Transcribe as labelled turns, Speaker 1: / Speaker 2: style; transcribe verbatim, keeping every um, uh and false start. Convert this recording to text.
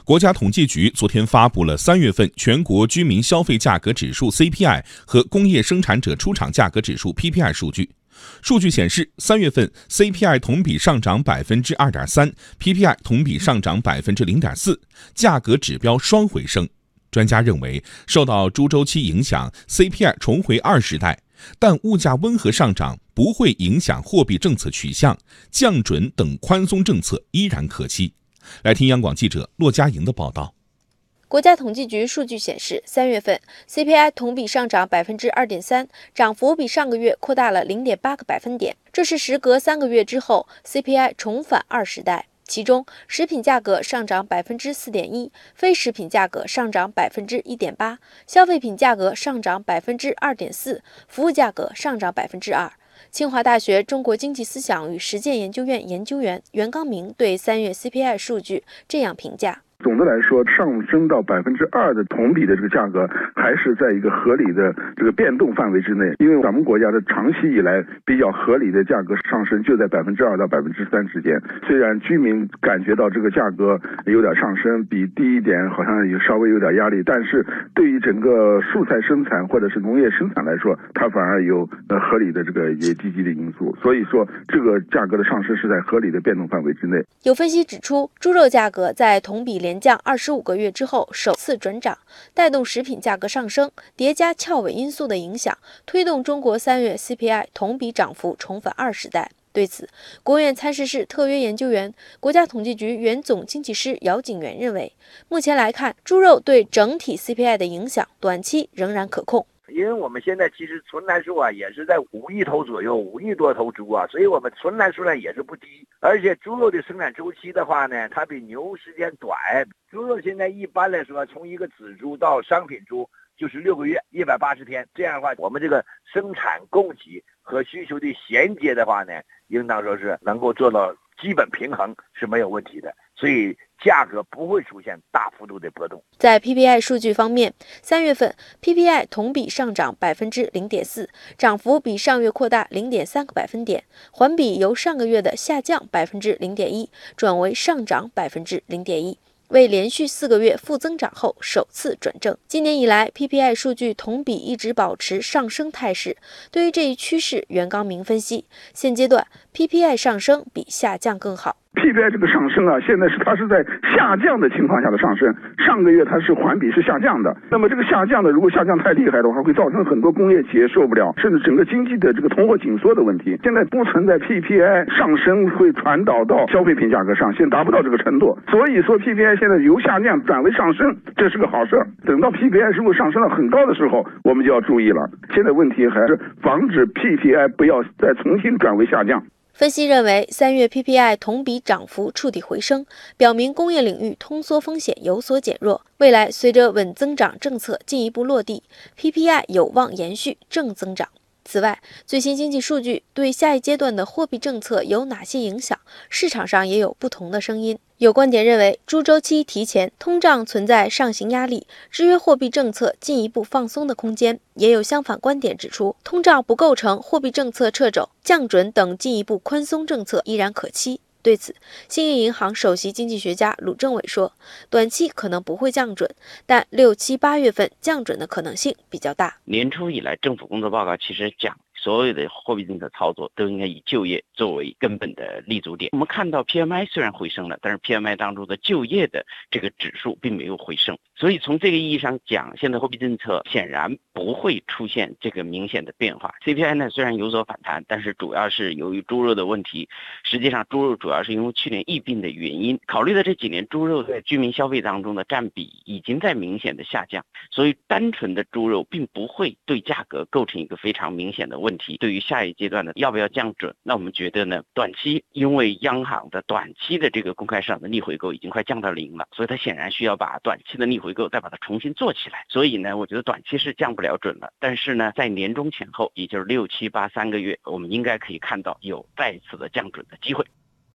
Speaker 1: 国家统计局昨天发布了三月份全国居民消费价格指数 C P I 和工业生产者出厂价格指数 P P I 数据。数据显示，三月份 C P I 同比上涨 百分之二点三， P P I 同比上涨 百分之零点四， 价格指标双回升。专家认为，受到猪周期影响 ，C P I 重回二时代，但物价温和上涨不会影响货币政策取向，降准等宽松政策依然可期。来听央广记者骆佳莹的报道。
Speaker 2: 国家统计局数据显示，三月份 C P I 同比上涨 百分之二点三， 涨幅比上个月扩大了 零点八个百分点。这是时隔三个月之后 C P I 重返二时代。其中，食品价格上涨 百分之四点一， 非食品价格上涨 百分之一点八， 消费品价格上涨 百分之二点四， 服务价格上涨 百分之二。清华大学中国经济思想与实践研究院研究员袁刚明对三月 C P I 数据这样评价。
Speaker 3: 总的来说，上升到百分之二的同比的这个价格，还是在一个合理的这个变动范围之内。因为咱们国家的长期以来比较合理的价格上升就在百分之二到百分之三之间。虽然居民感觉到这个价格有点上升，比低一点好像也稍微有点压力，但是对于整个蔬菜生产或者是农业生产来说，它反而有呃合理的这个也积极的因素。所以说，这个价格的上升是在合理的变动范围之内。
Speaker 2: 有分析指出，猪肉价格在同比连降二十五个月之后首次转涨，带动食品价格上升，叠加翘尾因素的影响，推动中国三月 C P I 同比涨幅重返二时代。对此，国务院参事室特约研究员、国家统计局原总经济师姚景元认为，目前来看，猪肉对整体 C P I 的影响短期仍然可控。
Speaker 4: 因为我们现在其实存栏数啊也是在五亿头左右，五亿多头猪啊，所以我们存栏数量也是不低。而且猪肉的生产周期的话呢，它比牛时间短。猪肉现在一般来说，从一个仔猪到商品猪就是六个月，一百八十天。这样的话，我们这个生产供给和需求的衔接的话呢，应当说是能够做到基本平衡是没有问题的。所以价格不会出现大幅度的波动。
Speaker 2: 在 P P I 数据方面，三月份 P P I 同比上涨 百分之零点四， 涨幅比上月扩大 零点三个百分点，环比由上个月的下降 百分之零点一 转为上涨 百分之零点一。为连续四个月负增长后首次转正。今年以来 P P I 数据同比一直保持上升态势。对于这一趋势，袁刚明分析，现阶段 P P I 上升比下降更好。
Speaker 3: P P I 这个上升啊，现在是它是在下降的情况下的上升，上个月它是环比是下降的。那么这个下降的，如果下降太厉害的话，会造成很多工业企业受不了，甚至整个经济的这个通货紧缩的问题。现在不存在 P P I 上升会传导到消费品价格上，现在达不到这个程度。所以说 P P I 现在由下降转为上升，这是个好事。等到 P P I 如果上升到很高的时候，我们就要注意了。现在问题还是防止 P P I 不要再重新转为下降。
Speaker 2: 分析认为，三月 P P I 同比涨幅触底回升，表明工业领域通缩风险有所减弱。未来随着稳增长政策进一步落地 ，P P I 有望延续正增长。此外，最新经济数据对下一阶段的货币政策有哪些影响？市场上也有不同的声音。有观点认为，猪周期提前，通胀存在上行压力，制约货币政策进一步放松的空间。也有相反观点指出，通胀不构成货币政策掣肘，降准等进一步宽松政策依然可期。对此，兴业银行首席经济学家鲁政委说，短期可能不会降准，但六七八月份降准的可能性比较大。
Speaker 5: 年初以来，政府工作报告其实讲，所有的货币政策操作都应该以就业作为根本的立足点。我们看到 P M I 虽然回升了，但是 P M I 当中的就业的这个指数并没有回升，所以从这个意义上讲，现在货币政策显然不会出现这个明显的变化。C P I 呢虽然有所反弹，但是主要是由于猪肉的问题，实际上猪肉主要是因为去年疫病的原因。考虑到这几年猪肉在居民消费当中的占比已经在明显的下降，所以单纯的猪肉并不会对价格构成一个非常明显的问题。对于下一阶段的要不要降准，那我们觉得呢，短期因为央行的短期的这个公开市场的逆回购已经快降到零了，所以它显然需要把短期的逆回购再把它重新做起来。所以呢，我觉得短期是降不了准了，但是呢，在年中前后，也就是六七八三个月，我们应该可以看到有再次的降准的机会。